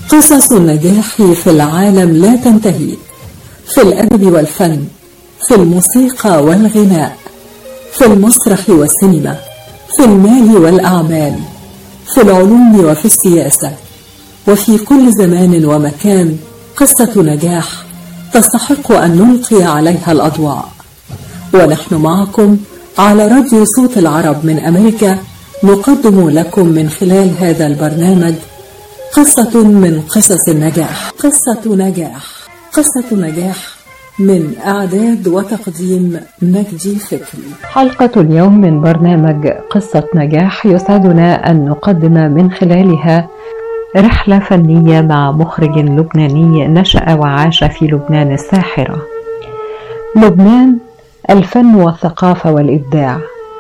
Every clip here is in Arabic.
قصص النجاح في العالم لا تنتهي، في الأدب والفن، في الموسيقى والغناء، في المسرح والسينما، في المال والأعمال، في العلوم وفي السياسة، وفي كل زمان ومكان قصة نجاح تستحق أن نلقي عليها الأضواء. ونحن معكم على راديو صوت العرب من أمريكا، نقدم لكم من خلال هذا البرنامج قصة من قصص النجاح. قصة نجاح من إعداد وتقديم مجدي فكري. حلقة اليوم من برنامج قصة نجاح يسعدنا أن نقدم من خلالها رحلة فنية مع مخرج لبناني نشأ وعاش في لبنان الساحرة. لبنان الفن والثقافة والإبداع،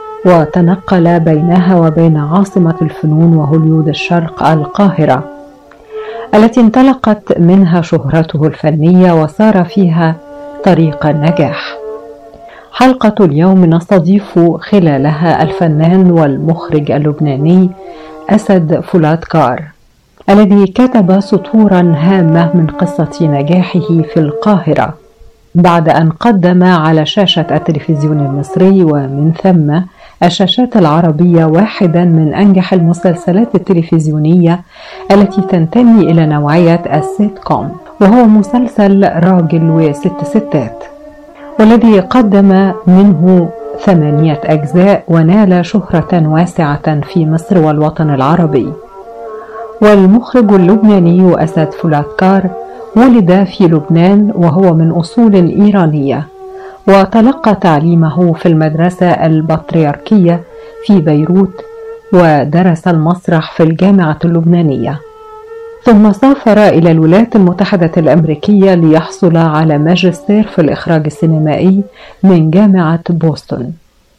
وتنقل بينها وبين عاصمة الفنون وهوليود الشرق القاهرة، التي انطلقت منها شهرته الفنية وصار فيها طريق النجاح. حلقة اليوم نستضيف خلالها الفنان والمخرج اللبناني أسد فولادكار، الذي كتب سطورا هامة من قصة نجاحه في القاهرة بعد أن قدم على شاشة التلفزيون المصري ومن ثم الشاشات العربية واحدا من أنجح المسلسلات التلفزيونية التي تنتمي إلى نوعية السيت كوم، وهو مسلسل راجل وست ستات، والذي قدم منه 8 أجزاء ونال شهرة واسعة في مصر والوطن العربي. والمخرج اللبناني أسد فولادكار ولد في لبنان وهو من أصول إيرانية، وتلقى تعليمه في المدرسة البطريركية في بيروت، ودرس المسرح في الجامعة اللبنانية، ثم سافر إلى الولايات المتحدة الأمريكية ليحصل على ماجستير في الإخراج السينمائي من جامعة بوسطن،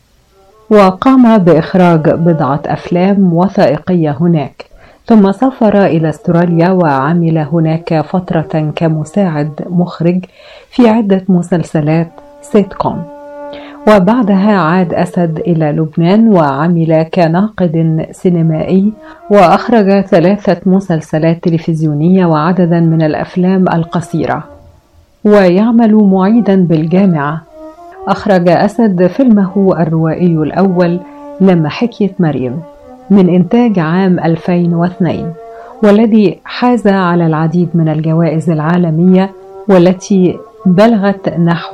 وقام بإخراج بضعة أفلام وثائقية هناك، ثم سافر إلى أستراليا وعمل هناك فترة كمساعد مخرج في عدة مسلسلات سيت كوم. وبعدها عاد أسد إلى لبنان وعمل كناقد سينمائي، وأخرج 3 مسلسلات تلفزيونية وعددا من الأفلام القصيرة، ويعمل معيدا بالجامعة. أخرج أسد فيلمه الروائي الأول لما حكيت مريم من إنتاج عام 2002، والذي حاز على العديد من الجوائز العالمية والتي بلغت نحو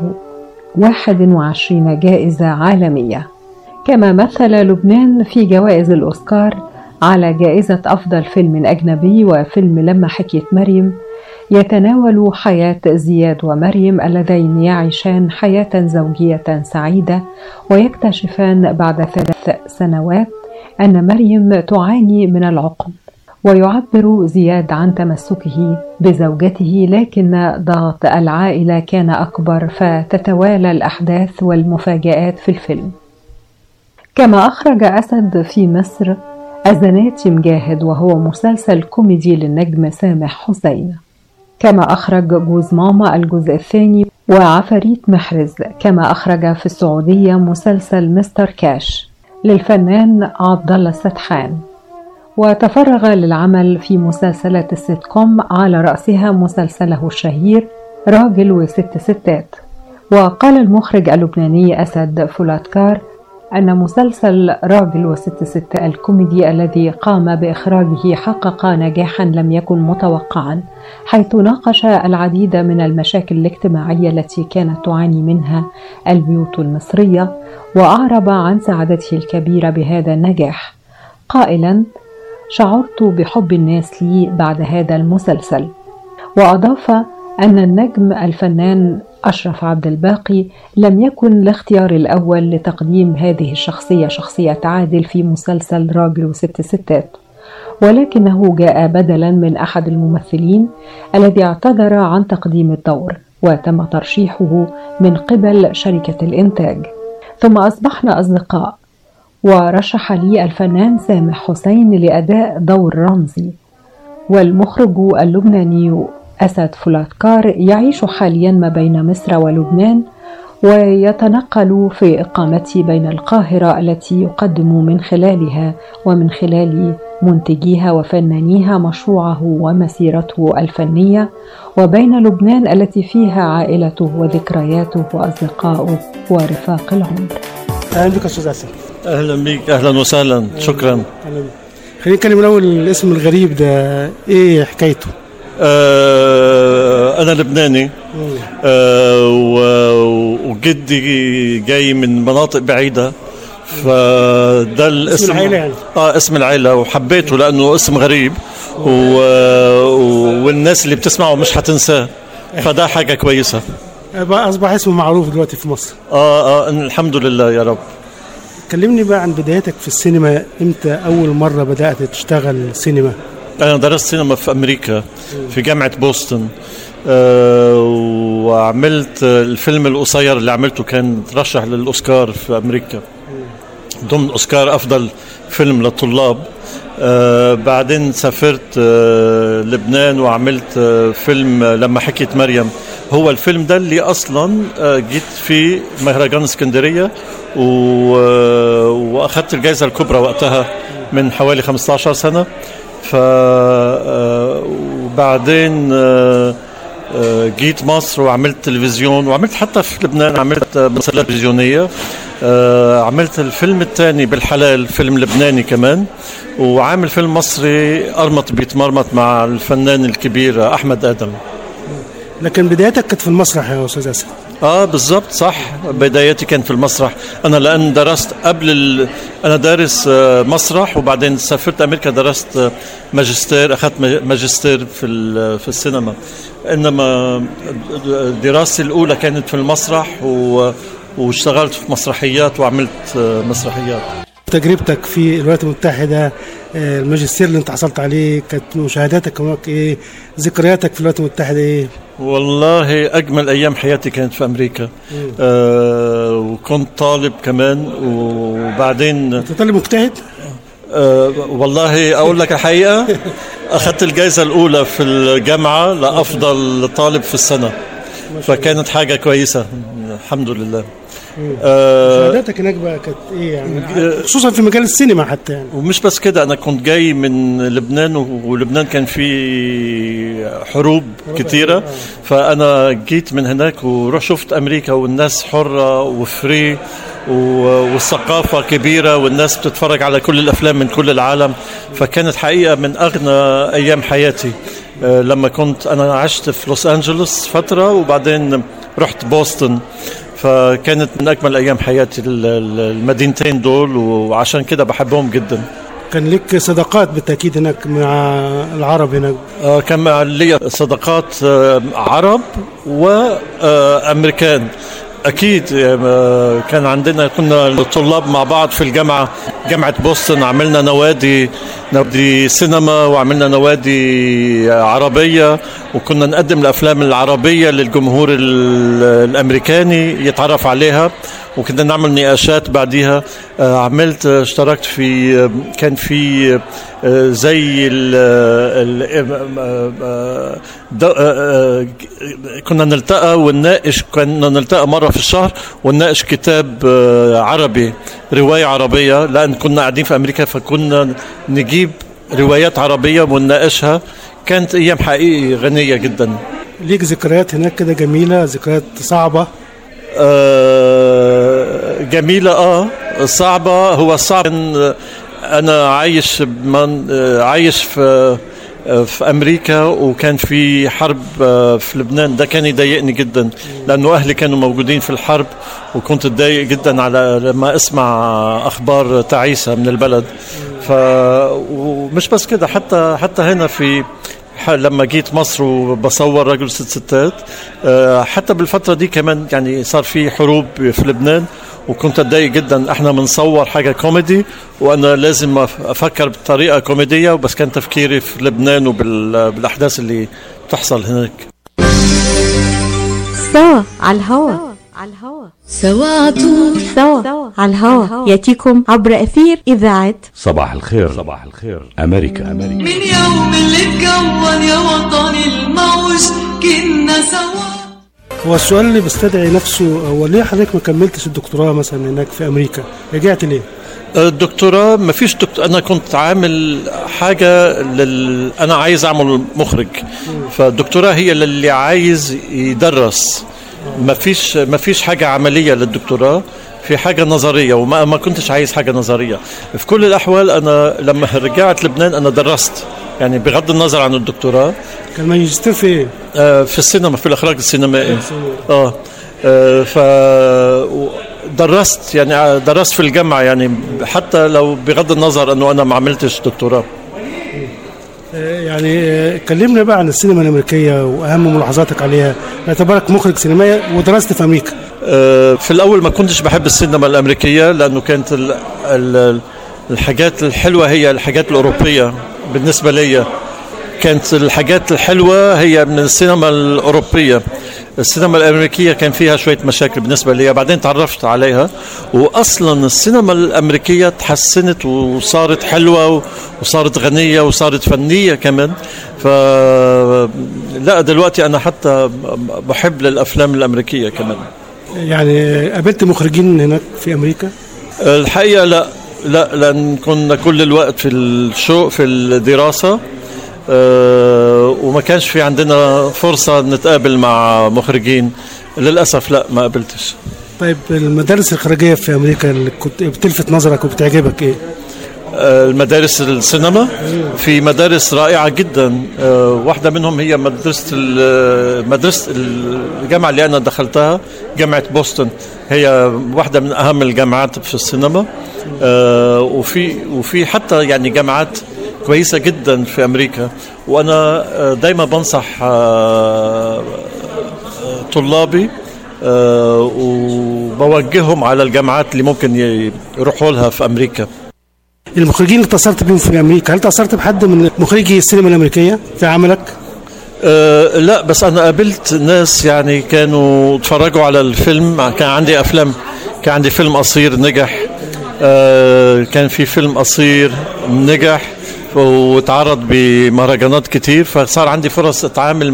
21 جائزة عالمية. كما مثل لبنان في جوائز الأوسكار على جائزة أفضل فيلم أجنبي، وفيلم لما حكيت مريم يتناول حياة زياد ومريم اللذين يعيشان حياة زوجية سعيدة، ويكتشفان بعد 3 سنوات أن مريم تعاني من العقم، ويعبر زياد عن تمسكه بزوجته، لكن ضغط العائلة كان أكبر، فتتوالى الأحداث والمفاجآت في الفيلم. كما أخرج أسد في مصر أزناتي مجاهد، وهو مسلسل كوميدي للنجم سامح حسين. كما أخرج جوز ماما الجزء الثاني وعفاريت محرز. كما أخرج في السعودية مسلسل مستر كاش للفنان عبد الله السدحان، وتفرغ للعمل في مسلسلات السيت كوم، على رأسها مسلسله الشهير راجل وست ستات. وقال المخرج اللبناني أسد فولادكار أن مسلسل راجل وست ستات الكوميدي الذي قام بإخراجه حقق نجاحا لم يكن متوقعا، حيث ناقش العديد من المشاكل الاجتماعية التي كانت تعاني منها البيوت المصرية، وأعرب عن سعادته الكبيرة بهذا النجاح قائلا: شعرت بحب الناس لي بعد هذا المسلسل. وأضاف أن النجم الفنان أشرف عبد الباقي لم يكن الاختيار الأول لتقديم هذه الشخصية، شخصية عادل، في مسلسل راجل وست ستات، ولكنه جاء بدلا من أحد الممثلين الذي اعتذر عن تقديم الدور، وتم ترشيحه من قبل شركة الإنتاج. ثم أصبحنا أصدقاء، ورشح لي الفنان سامح حسين لأداء دور رمزي. والمخرج اللبناني أسد فولادكار يعيش حاليا ما بين مصر ولبنان، ويتنقل في إقامته بين القاهرة التي يقدم من خلالها ومن خلال منتجيها وفنانيها مشروعه ومسيرته الفنية، وبين لبنان التي فيها عائلته وذكرياته وأصدقائه ورفاق العمر. أهلا بك أستاذ عسل. أهلا بك. أهلا وسهلا. شكرا. أهلا بك. خلينا نتكلم من أول الاسم الغريب ده، إيه حكايته؟ أنا لبناني، وجدي جاي من مناطق بعيدة، فده الاسم اسم العائلة يعني. اسم العائلة، وحبيته لأنه اسم غريب والناس اللي بتسمعه مش هتنساه، فده حاجة كويسة. أصبح اسمه معروف دلوقتي في مصر. الحمد لله يا رب. كلمني بقى عن بدايتك في السينما، إمتى أول مرة بدأت تشتغل سينما؟ أنا درست سينما في أمريكا في جامعة بوسطن، وعملت الفيلم القصير اللي عملته كان ترشح للأوسكار في أمريكا ضمن أوسكار أفضل فيلم للطلاب. بعدين سافرت لبنان وعملت فيلم لما حكيت مريم. هو الفيلم ده اللي أصلا جيت في مهرجان اسكندرية وأخذت الجائزة الكبرى وقتها من حوالي 15 سنة. وبعدين جيت مصر وعملت تلفزيون، وعملت حتى في لبنان عملت مسلسلات تلفزيونية. عملت الفيلم الثاني بالحلال، فيلم لبناني كمان، وعامل فيلم مصري أرمط بيتمرمط مع الفنان الكبير أحمد آدم. لكن بدايتك كانت في المسرح يا أستاذ أسد. بالضبط صح، بدايتي كانت في المسرح. أنا لأن درست أنا دارس مسرح، وبعدين سافرت أمريكا درست ماجستير، أخذت ماجستير في السينما. إنما دراستي الأولى كانت في المسرح، واشتغلت في مسرحيات وعملت مسرحيات. تجربتك في الولايات المتحدة، الماجستير اللي انت حصلت عليه، كانت مشاهداتك هناك ايه؟ ذكرياتك في الولايات المتحدة ايه؟ والله أجمل أيام حياتي كانت في أمريكا. وكنت طالب كمان، وبعدين انت طالب مجتهد؟ والله أقول لك الحقيقة، أخذت الجائزة الأولى في الجامعة لأفضل طالب في السنة، فكانت حاجة كويسة الحمد لله. مشاهداتك هناك بقى كانت ايه يعني، خصوصا في مجال السينما حتى يعني؟ ومش بس كده، انا كنت جاي من لبنان، ولبنان كان فيه حروب كتيرة، فانا جيت من هناك ورحت شفت امريكا، والناس حرة وفري، والثقافة كبيرة، والناس بتتفرج على كل الافلام من كل العالم. فكانت حقيقة من اغنى ايام حياتي. لما كنت انا عشت في لوس انجلوس فترة، وبعدين رحت بوسطن، فكانت من أجمل أيام حياتي المدينتين دول، وعشان كده بحبهم جدا. كان لك صداقات بالتأكيد هناك مع العرب هناك؟ كان لي صداقات عرب وأمريكان أكيد. كان عندنا، كنا طلاب مع بعض في جامعة بوسطن، عملنا نوادي سينما، وعملنا نوادي عربية، وكنا نقدم الأفلام العربية للجمهور الأمريكاني يتعرف عليها، وكنا نعمل نقاشات بعديها. اشتركت في، كان في زي كنا نلتقى ونناقش، كنا نلتقى مرة في الشهر ونناقش كتاب عربي، رواية عربية، لأن كنا قاعدين في أمريكا، فكنا نجيب روايات عربية ونناقشها. كانت أيام حقيقي غنية جدا. ليك ذكريات هناك كده جميلة، ذكريات صعبة؟ جميلة صعبة. هو الصعب إن أنا عايش في أمريكا، وكان في حرب في لبنان، ده كان يضايقني جدا، لأنه أهلي كانوا موجودين في الحرب، وكنت أتضايق جدا على لما أسمع أخبار تعيسة من البلد. ومش بس كده، حتى هنا لما جيت مصر وبصور رجل ستات، حتى بالفترة دي كمان يعني صار في حروب في لبنان، وكنت أتضايق جدا. احنا بنصور حاجة كوميدي، وأنا لازم أفكر بطريقة كوميدية، وبس كان تفكيري في لبنان وبالأحداث اللي تحصل هناك. سوا على الهوا، سوا عطول، سوا على الهوا، يأتيكم عبر أثير إذاعة صباح الخير أمريكا. من يوم اللي اتكون يا وطني الموج كنا سوا. هو السؤال اللي بيستدعي نفسه، هو ليه حضرتك ما كملتش الدكتوراه مثلا هناك في امريكا؟ رجعت ليه؟ الدكتوراه ما فيش انا كنت عامل حاجه انا عايز اعمل مخرج، فالدكتوراه هي اللي عايز يدرس. ما فيش حاجه عمليه للدكتوراه، في حاجه نظريه، وما كنتش عايز حاجه نظريه. في كل الاحوال انا لما رجعت لبنان انا درست، يعني بغض النظر عن الدكتوراه. كان ماجستير في ايه؟ في السينما، في الاخراج السينمائي. ف درست، يعني درست في الجامعة، يعني حتى لو بغض النظر أنه أنا ما عملتش دكتوراه. يعني كلمنا بقى عن السينما الأمريكية وأهم ملاحظاتك عليها، اعتبارك مخرج سينمائي ودرست في أمريكا. في الأول ما كنتش بحب السينما الأمريكية، لأنه كانت الحاجات الحلوة هي الحاجات الأوروبية. بالنسبة لي كانت الحاجات الحلوة هي من السينما الأوروبية. السينما الأمريكية كان فيها شوية مشاكل بالنسبة لي، بعدين تعرفت عليها، وأصلا السينما الأمريكية تحسنت وصارت حلوة وصارت غنية وصارت فنية كمان. لا دلوقتي أنا حتى بحب الأفلام الأمريكية كمان. يعني قابلت مخرجين هناك في أمريكا؟ الحقيقة لا، لأن كنا كل الوقت في الشغل في الدراسة، وما كانش في عندنا فرصة نتقابل مع مخرجين للأسف. لا ما قابلتش. طيب المدارس الخارجية في أمريكا اللي كنت بتلفت نظرك وبتعجبك إيه؟ المدارس السينما في مدارس رائعة جدا. واحدة منهم هي مدرسة الجامعة اللي أنا دخلتها، جامعة بوسطن، هي واحدة من أهم الجامعات في السينما. وفي حتى يعني جامعات كويسة جدا في أمريكا. وأنا دايما بنصح طلابي وبوجههم على الجامعات اللي ممكن يروحوا لها في أمريكا. المخرجين اللي اتصلت بهم في أمريكا، هل اتصلت بحد من مخرجي السينما الأمريكية في عملك؟ لا، بس أنا قابلت ناس يعني كانوا اتفرجوا على الفيلم. كان عندي فيلم قصير نجح. كان في فيلم قصير نجح واتعرض بمهرجانات كتير، فصار عندي فرص اتعامل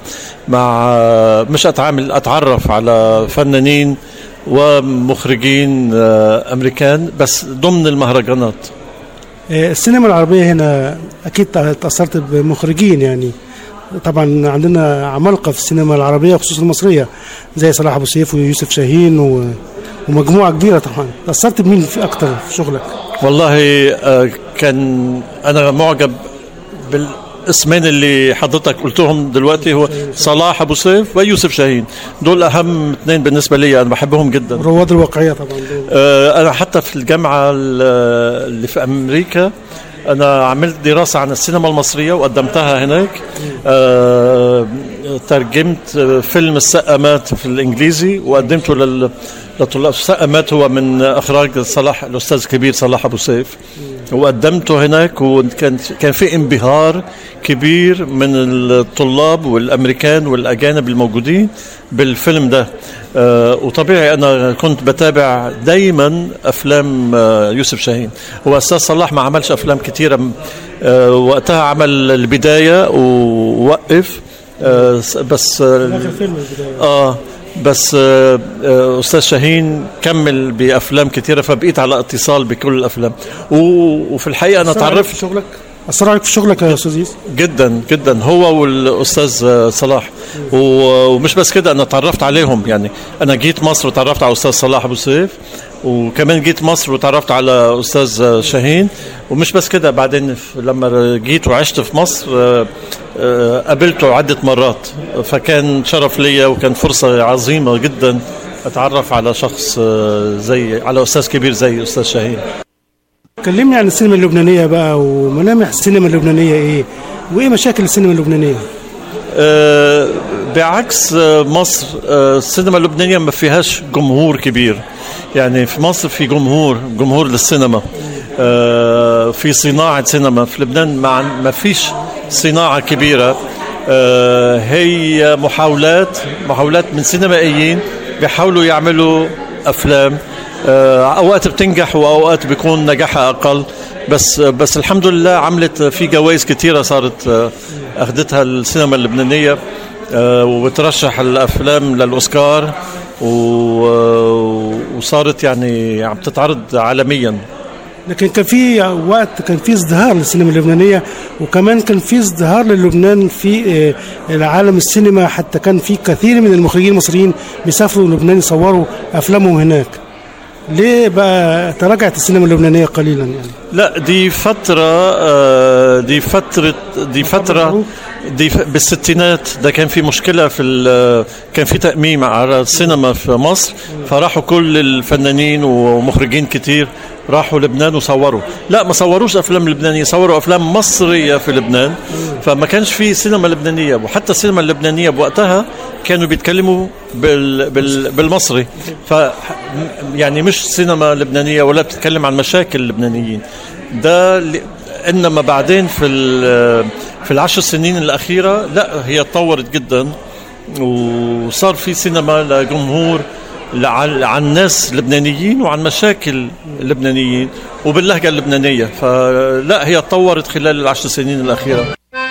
اتعرف على فنانين ومخرجين امريكان بس ضمن المهرجانات. السينما العربية هنا اكيد تأثرت بمخرجين، يعني طبعا عندنا عمالقة في السينما العربية خصوصا المصرية زي صلاح أبو سيف ويوسف شاهين ومجموعة كبيرة. طبعا تأثرت بمين في أكتر في شغلك؟ والله كان أنا معجب بالاسمين اللي حضرتك قلتهم دلوقتي، هو صلاح أبو سيف ويوسف شاهين. دول أهم اثنين بالنسبة لي، أنا بحبهم جدا. رواد الواقعية طبعا دول. أنا حتى في الجامعة اللي في أمريكا أنا عملت دراسة عن السينما المصرية وقدمتها هناك. ترجمت فيلم السقامات في الإنجليزي وقدمته لطلاب. السقامات هو من إخراج الأستاذ الكبير صلاح أبو سيف، وقدمته هناك، وكان في انبهار كبير من الطلاب والأمريكان والأجانب الموجودين بالفيلم ده. وطبيعي أنا كنت بتابع دايما أفلام يوسف شاهين. هو أستاذ صلاح ما عملش أفلام كتيرة وقتها، عمل البداية ووقف، بس آخر فيلم البداية. بس أستاذ شاهين كمل بأفلام كتيرة، فبقيت على اتصال بكل الأفلام. وفي الحقيقة أنا تعرفت شغلك أثر عليك في شغلك يا أستاذ يوسف؟ جدا جدا، هو والأستاذ صلاح. ومش بس كده، أنا تعرفت عليهم. يعني أنا جيت مصر وتعرفت على أستاذ صلاح أبو سيف، وكمان جيت مصر وتعرفت على أستاذ شاهين. ومش بس كده، بعدين لما جيت وعشت في مصر قابلته عدة مرات، فكان شرف لي وكان فرصة عظيمة جدا أتعرف على شخص على أستاذ كبير زي أستاذ شاهين. كلمني عن السينما اللبنانية بقى، وملامح السينما اللبنانية إيه؟ وإيه مشاكل السينما اللبنانية؟ بعكس مصر، السينما اللبنانية ما فيهاش جمهور كبير. يعني في مصر في جمهور للسينما، في صناعة سينما. في لبنان ما فيش صناعة كبيرة. هي محاولات من سينمائيين بيحاولوا يعملوا أفلام، أوقات بتنجح وأوقات بيكون نجاحها أقل. بس الحمد لله عملت في جوائز كتيرة صارت أخذتها السينما اللبنانية. وبترشح الأفلام للأوسكار وصارت يعني عم تتعرض عالميا. لكن كان في وقت كان في ازدهار للسينما اللبنانية، وكمان كان في ازدهار للبنان في العالم السينما، حتى كان في كثير من المخرجين المصريين بيسافروا لبنان يصوروا أفلامهم هناك. ليه بقى تراجعت السينما اللبنانية قليلا يعني؟ لا دي فترة بالستينات ده كان في مشكلة كان في تأميم على السينما في مصر، فراحوا كل الفنانين ومخرجين كتير راحوا لبنان وصوروا. لا ما صوروش أفلام لبنانية، صوروا أفلام مصرية في لبنان، فما كانش في سينما لبنانية. وحتى السينما اللبنانية بوقتها كانوا بيتكلموا بالمصري، يعني مش سينما لبنانية ولا بتتكلم عن مشاكل اللبنانيين ده. إنما بعدين في العشر سنين الأخيرة لا هي تطورت جدا، وصار في سينما لجمهور عن ناس لبنانيين وعن مشاكل اللبنانيين وباللهجة اللبنانية. فلا هي تطورت خلال العشر سنين الأخيرة.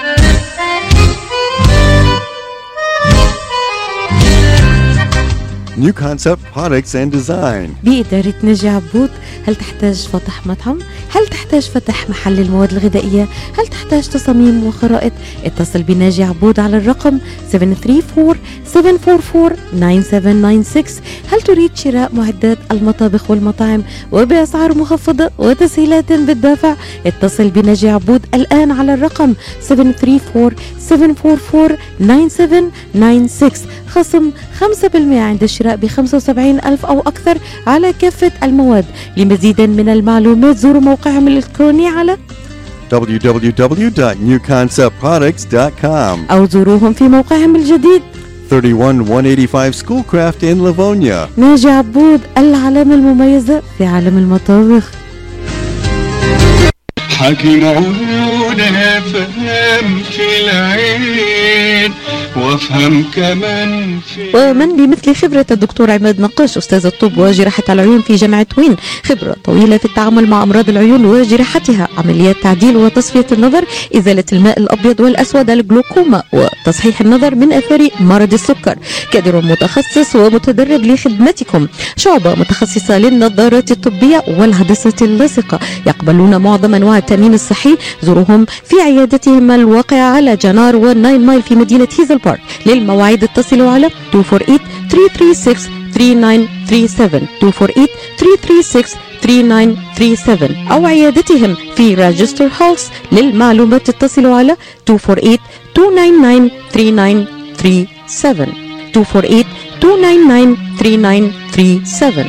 New Concept Products and Design. بإدارة ناجي عبود. هل تحتاج فتح مطعم؟ هل تحتاج فتح محل المواد الغذائية؟ هل تحتاج تصاميم وخرائط؟ اتصل بناجي عبود على الرقم 734-744-9796. هل تريد شراء معدات المطابخ والمطاعم وبأسعار مخفضة وتسهيلات بالدافع؟ اتصل بناجي عبود الآن على الرقم 734-744-9796. خصم 5% عند الشراء ب75,000 أو أكثر على كافة المواد. لمزيد من المعلومات زوروا موقعهم الإلكتروني على www.newconceptproducts.com أو زوروهم في موقعهم الجديد 31185 Schoolcraft in Livonia. ناجي عبود، العلامة المميزة في عالم المطابخ. حكي معونه فهم في العين وافهم كمان في. ومن بمثل خبرة الدكتور عماد نقاش أستاذ الطب وجراحة العيون في جامعة وين، خبرة طويلة في التعامل مع أمراض العيون وجراحتها، عمليات تعديل وتصفية النظر، إزالة الماء الأبيض والأسود، الجلوكوما، وتصحيح النظر من آثار مرض السكر. كادر متخصص ومتدرب لخدمتكم. شعبة متخصصة للنظارات الطبية والعدسة اللاصقة. يقبلون معظم أنواع التأمين الصحي. زوروهم في عيادتهم الواقعة على جنار والناين مايل في مدينة هيزل بارك. للمواعيد اتصلوا على 248-336-3937 248-336-3937 أو عيادتهم في راجستر هولس. للمعلومات اتصلوا على 248-299-3937 248-299-3937.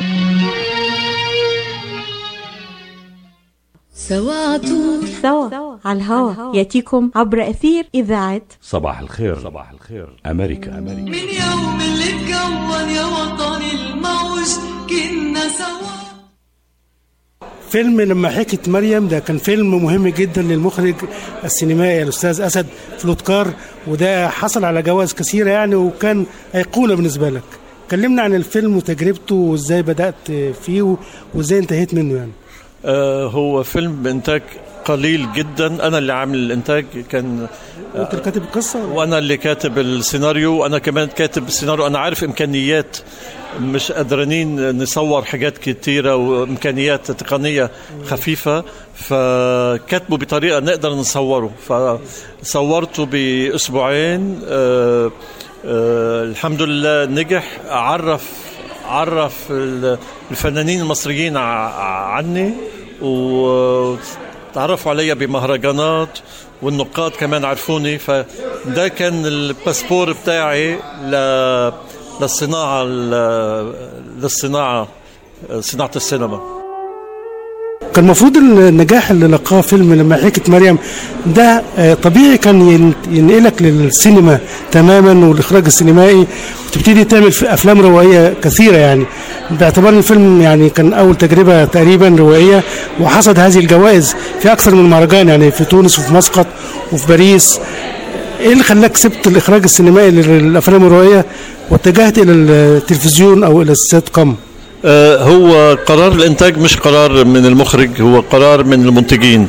سوا على الهوا ياتيكم عبر أثير إذاعة صباح الخير. صباح الخير أمريكا. من يوم اللي اتكون يا وطن الموج كنا سوا. فيلم لما حكت مريم ده كان فيلم مهم جدا للمخرج السينمائي الأستاذ أسد فلوتكار، وده حصل على جوائز كثيرة يعني، وكان أيقونة بالنسبة لك. كلمنا عن الفيلم وتجربته وإزاي بدأت فيه وإزاي انتهيت منه يعني. هو فيلم بإنتاج قليل جدا، أنا اللي عامل الإنتاج، كان أنت اللي كاتب القصة وأنا اللي كاتب السيناريو، وأنا كمان كاتب السيناريو. أنا عارف إمكانيات، مش قادرين نصور حاجات كتيرة وإمكانيات تقنية خفيفة، فكتبوا بطريقة نقدر نصوره، فصورته بأسبوعين. الحمد لله نجح. عرف الفنانين المصريين عني، وتعرفوا علي بمهرجانات، والنقاد كمان عرفوني. فده كان الباسبور بتاعي صناعة السينما. كان المفروض النجاح اللي لقاه فيلم لما حكت مريم ده طبيعي كان ينقلك للسينما تماما والإخراج السينمائي، وتبتدي تعمل أفلام روائية كثيرة يعني، باعتبار الفيلم يعني كان أول تجربة تقريبا روائية، وحصد هذه الجوائز في أكثر من مهرجان يعني، في تونس وفي مسقط وفي باريس. إيه اللي خلاك سبت الإخراج السينمائي للأفلام الروائية واتجهت إلى التلفزيون أو إلى السيت كوم؟ هو قرار الانتاج مش قرار من المخرج، هو قرار من المنتجين.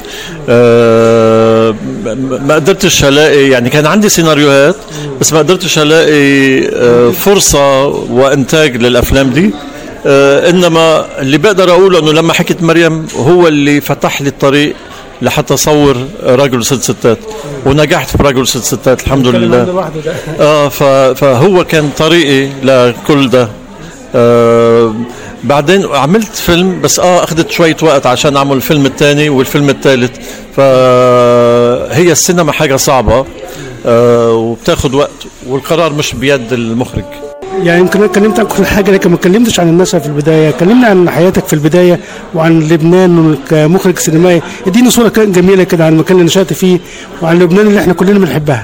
ما قدرتش الاقي، يعني كان عندي سيناريوهات بس ما قدرتش الاقي فرصة وانتاج للافلام دي. انما اللي بقدر اقوله انه لما حكيت مريم هو اللي فتح لي الطريق لحتى اصور رجل ست ستات، ونجحت في رجل ست ستات الحمد لله. فهو كان طريقي لكل ده. بعدين عملت فيلم بس اخذت شوية وقت عشان اعمل الفيلم الثاني والفيلم الثالث. فهي السينما حاجة صعبة وبتاخد وقت، والقرار مش بيد المخرج. يعني يمكن اتكلمت عن كل حاجه لكن ما اتكلمتش عن النشأة في البدايه. كلمنا عن حياتك في البدايه وعن لبنان كمخرج سينمائي. اديني صوره جميله كده عن المكان اللي نشأت فيه وعن لبنان اللي احنا كلنا بنحبها.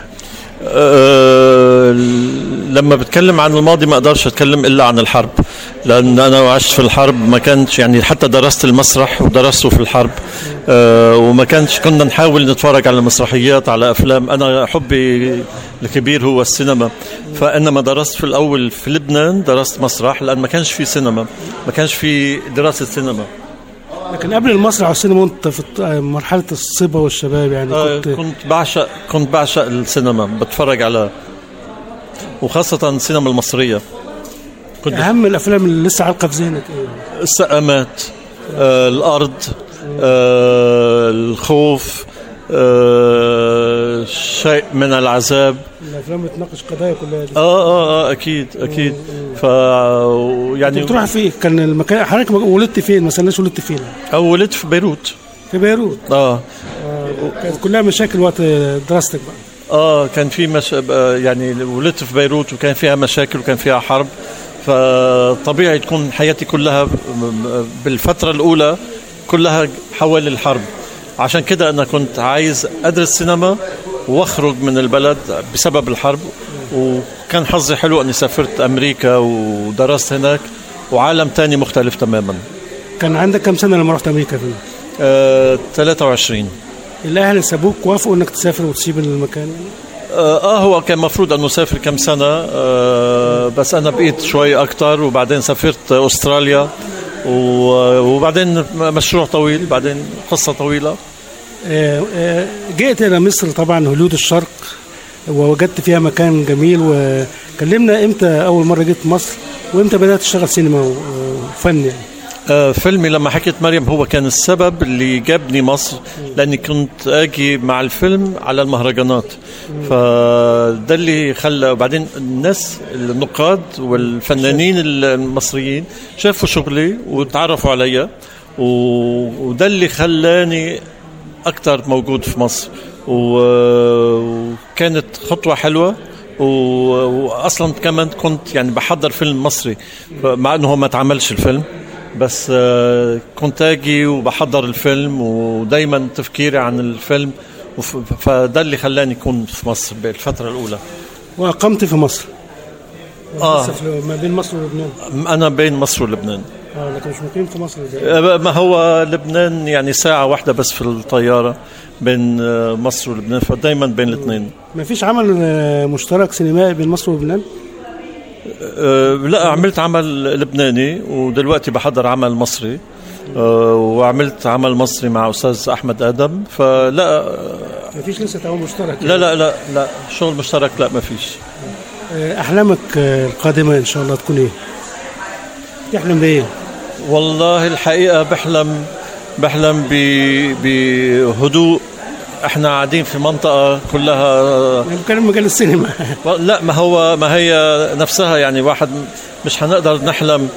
لما بتكلم عن الماضي ما اقدرش اتكلم الا عن الحرب، لان انا عشت في الحرب. ما كانش يعني حتى درست المسرح ودرسته في الحرب، وما كانش كنا نحاول نتفرج على مسرحيات على افلام. انا حبي الكبير هو السينما، فانما درست في الاول في لبنان درست مسرح لان ما كانش في سينما، ما كانش في دراسة سينما. لكن قبل المسرح والسينما وانت في مرحله الصبا والشباب يعني كنت بعشق السينما، بتفرج على وخاصة السينما المصرية. أهم الأفلام اللي لسه عالقة في ذهنك إيه؟ السقامات، الأرض، الخوف، شيء من العذاب. الأفلام بتناقش قضايا كلها دي. أكيد. يعني بتروح فين؟ كان المكان حضرتك ولدت فين؟ ما سألناش ولدت فين؟ ولدت في بيروت. في بيروت. كانت كلها مشاكل وقت دراستك بقى. كان في يعني ولدت في بيروت وكان فيها مشاكل وكان فيها حرب، فطبيعي تكون حياتي كلها بالفترة الأولى كلها حول الحرب. عشان كده أنا كنت عايز أدرس سينما واخرج من البلد بسبب الحرب، وكان حظي حلو أني سافرت أمريكا ودرست هناك وعالم تاني مختلف تماما. كان عندك كم سنة لما رحت أمريكا فيه؟ 23. الأهل سابوك وافقوا أنك تسافر وتسيب المكان؟ هو كان مفروض أنه سافر كم سنة، بس أنا بقيت شوي أكتر، وبعدين سافرت أستراليا، وبعدين مشروع طويل، بعدين قصة طويلة. جئت إلى مصر طبعا هوليود الشرق ووجدت فيها مكان جميل. وكلمنا إمتى أول مرة جيت مصر وإمتى بدأت تشتغل سينما وفن يعني؟ فيلمي لما حكيت مريم هو كان السبب اللي جابني مصر، لأني كنت أجي مع الفيلم على المهرجانات، فده اللي خلى. وبعدين الناس النقاد والفنانين المصريين شافوا شغلي وتعرفوا عليا، وده اللي خلاني أكتر موجود في مصر، وكانت خطوة حلوة. وأصلا كمان كنت يعني بحضر فيلم مصري، مع أنه ما تعملش الفيلم، بس كنت أجي وبحضر الفيلم ودايما تفكيري عن الفيلم، فده اللي خلاني أكون في مصر بالفترة الأولى. وأقمت في مصر؟ ما بين مصر ولبنان؟ أنا بين مصر ولبنان. لكن مش مقيم في مصر إزاي؟ ما هو لبنان يعني ساعة واحدة بس في الطيارة بين مصر ولبنان، فدايما بين الاثنين. ما فيش عمل مشترك سينمائي بين مصر ولبنان؟ لا، عملت عمل لبناني ودلوقتي بحضر عمل مصري، وعملت عمل مصري مع أستاذ أحمد آدم. فلا ما فيش لسه تعاون مشترك؟ لا شغل مشترك لا ما فيش. أحلامك القادمة إن شاء الله تكون إيه؟ تحلم بإيه؟ والله الحقيقة بحلم بهدوء. احنا قاعدين في منطقة كلها بنتكلم مجال السينما. لا، ما هي نفسها يعني واحد مش هنقدر نحلم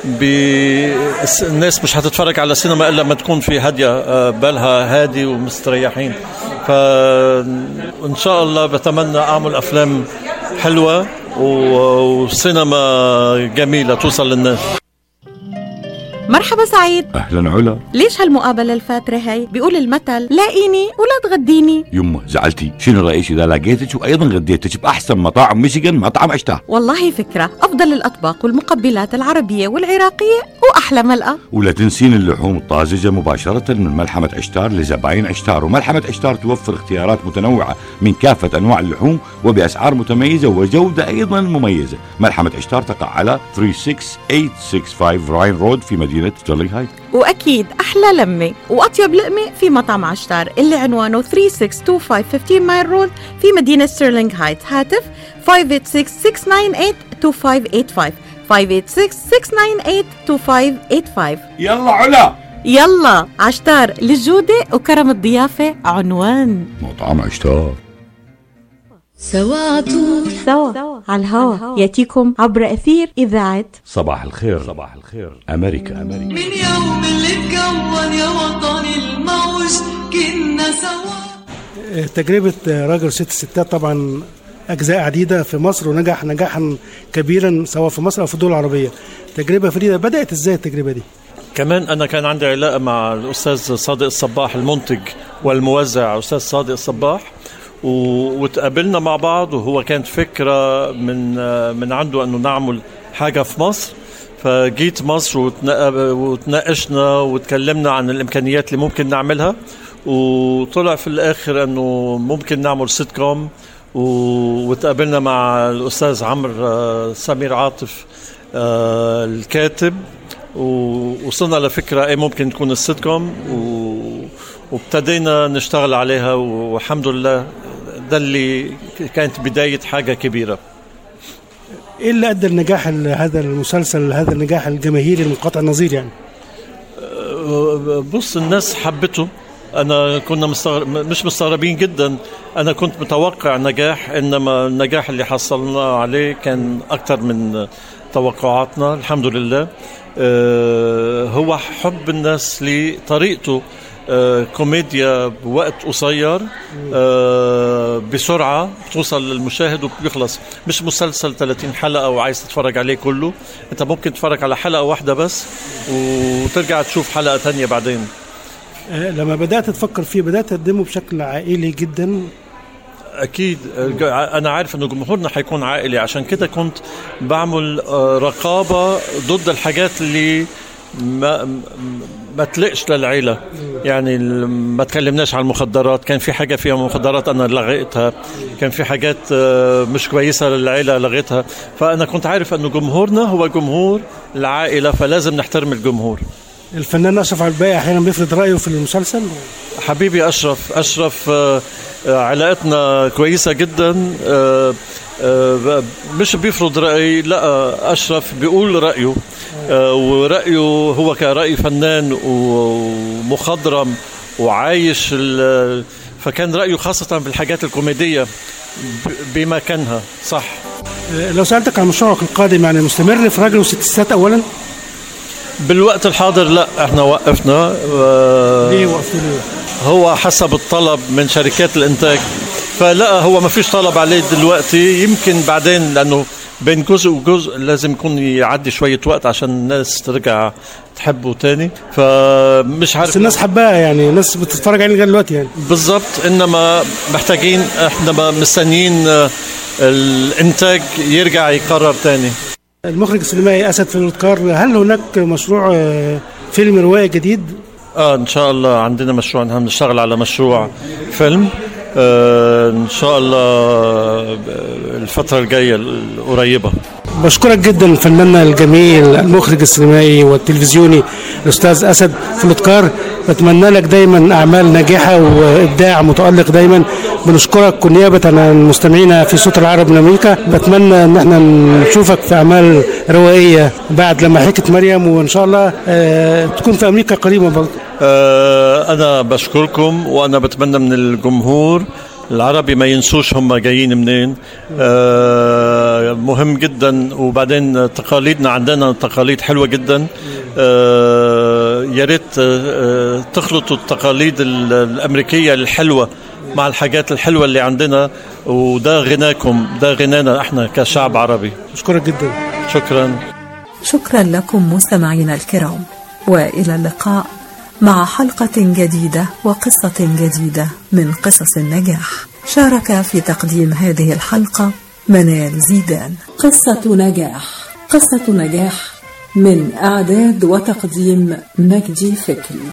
الناس مش هتتفرج على سينما إلا ما تكون في هادية، بالها هادي ومستريحين. فإن شاء الله بتمنى أعمل أفلام حلوة وسينما جميلة توصل للناس. مرحبا سعيد. اهلا علا. ليش هالمقابلة الفاترة هاي؟ بيقول المثل لاقيني ولا تغديني. يمه زعلتي، شنو رأيك إذا لقيتك وأيضا غديتك بأحسن مطاعم ميشيغان، مطعم عشتار؟ والله فكرة، أفضل الأطباق والمقبلات العربية والعراقية وأحلى ملقا. ولا تنسين اللحوم الطازجة مباشرة من ملحمة عشتار لزباين عشتار. وملحمة عشتار توفر اختيارات متنوعة من كافة أنواع اللحوم وبأسعار متميزة وجودة أيضا مميزة. ملحمة عشتار تقع على 36865 راين رود في مدينة ستيرلينغ هايت. وأكيد أحلى لمة وأطيب لقمة في مطعم عشتار اللي عنوانه 3625 15 مايل رود في مدينة ستيرلينغ هايت. هاتف 586-698-2585 586-698-2585. يلا علا يلا عشتار، للجودة وكرم الضيافة عنوان. مطعم عشتار. سوا طول سوا على الهوا ياتيكم عبر أثير إذاعة صباح الخير. صباح الخير أمريكا. من يوم اللي تكون يا وطني الموج كنا سوا. تجربة راجل ست ستات طبعا أجزاء عديدة في مصر ونجح نجاحا كبيرا سواء في مصر أو في الدول العربية. تجربة فريدة، بدأت إزاي التجربة دي؟ كمان أنا كان عندي علاقة مع الأستاذ صادق الصباح المنتج والموزع أستاذ صادق الصباح، وتقابلنا مع بعض، وهو كانت فكرة من عنده أنه نعمل حاجة في مصر. فجيت مصر وتناقشنا وتكلمنا عن الإمكانيات اللي ممكن نعملها، وطلع في الآخر أنه ممكن نعمل سيت كوم. وتقابلنا مع الأستاذ عمرو سمير عاطف الكاتب، ووصلنا لفكرة ايه ممكن تكون السيت كوم، وابتدينا نشتغل عليها، والحمد لله ده اللي كانت بداية حاجة كبيرة. ايه اللي ادى النجاح هذا المسلسل، هذا النجاح الجماهيري المنقطع النظير يعني؟ بص، الناس حبته. أنا كنا مش مستغربين جدا. أنا كنت متوقع نجاح، إنما النجاح اللي حصلنا عليه كان أكتر من توقعاتنا الحمد لله. هو حب الناس لطريقته، كوميديا بوقت قصير، بسرعة توصل للمشاهد وبيخلص. مش مسلسل 30 حلقة وعايز تتفرج عليه كله. أنت ممكن تتفرج على حلقة واحدة بس وترجع تشوف حلقة تانية بعدين. لما بدأت تفكر فيه بدأت تقدمه بشكل عائلي جدا؟ أكيد أنا عارف أنه جمهورنا حيكون عائلي، عشان كده كنت بعمل رقابة ضد الحاجات اللي ما تلقش للعيلة. يعني ما تكلمناش عن المخدرات، كان في حاجة فيها مخدرات أنا لغيتها، كان في حاجات مش كويسة للعيلة لغيتها. فأنا كنت عارف أنه جمهورنا هو جمهور العائلة، فلازم نحترم الجمهور. الفنان أشرف عباية أحيانا بيفرض رأيه في المسلسل؟ حبيبي أشرف علاقتنا كويسة جدا. مش بيفرض رأي، لا، أشرف بيقول رأيه، ورأيه هو كرأي فنان ومخضرم وعايش. فكان رأيه خاصة في الحاجات الكوميدية بمكانها صح. لو سألتك عن مشروعك القادم، يعني مستمر في راجل وست ستات أولا؟ بالوقت الحاضر لا، احنا وقفنا. ليه وقفتوا ليه؟ هو حسب الطلب من شركات الانتاج، فلا هو ما فيش طلب عليه دلوقتي. يمكن بعدين، لانه بين جزء وجزء لازم يكون يعدي شوية وقت عشان الناس ترجع تحبه تاني. فمش عارف، بس الناس حباها، يعني الناس بتتفرج عليه دلوقتي يعني. بالضبط، انما محتاجين، احنا مستنيين الانتاج يرجع يقرر تاني. المخرج السينمائي أسد فلوتكار، هل هناك مشروع فيلم روائي جديد؟ إن شاء الله عندنا مشروع، نشتغل على مشروع فيلم إن شاء الله الفترة الجاية القريبة. بشكرك جدا فناننا الجميل المخرج السينمائي والتلفزيوني الأستاذ أسد فلوتكار. بتمنى لك دايما أعمال ناجحة وإبداع متألق دايما. بنشكرك ونيابة عن المستمعين في صوت العرب من أمريكا. بتمنى أن احنا نشوفك في أعمال روائية بعد لما حكت مريم، وإن شاء الله تكون في أمريكا قريبا برضه. أنا بشكركم، وأنا بتمنى من الجمهور العربي ما ينسوش هم جايين منين. مهم جدا. وبعدين تقاليدنا، عندنا تقاليد حلوة جدا. يا ريت تخلطوا التقاليد الأمريكية الحلوة مع الحاجات الحلوة اللي عندنا، وده غناكم، ده غنانا احنا كشعب عربي. أشكرك جدا. شكرا. شكرا لكم مستمعينا الكرام. وإلى اللقاء مع حلقة جديدة وقصة جديدة من قصص النجاح. شارك في تقديم هذه الحلقة منال زيدان. قصة نجاح، قصة نجاح من إعداد وتقديم مجدي فكري.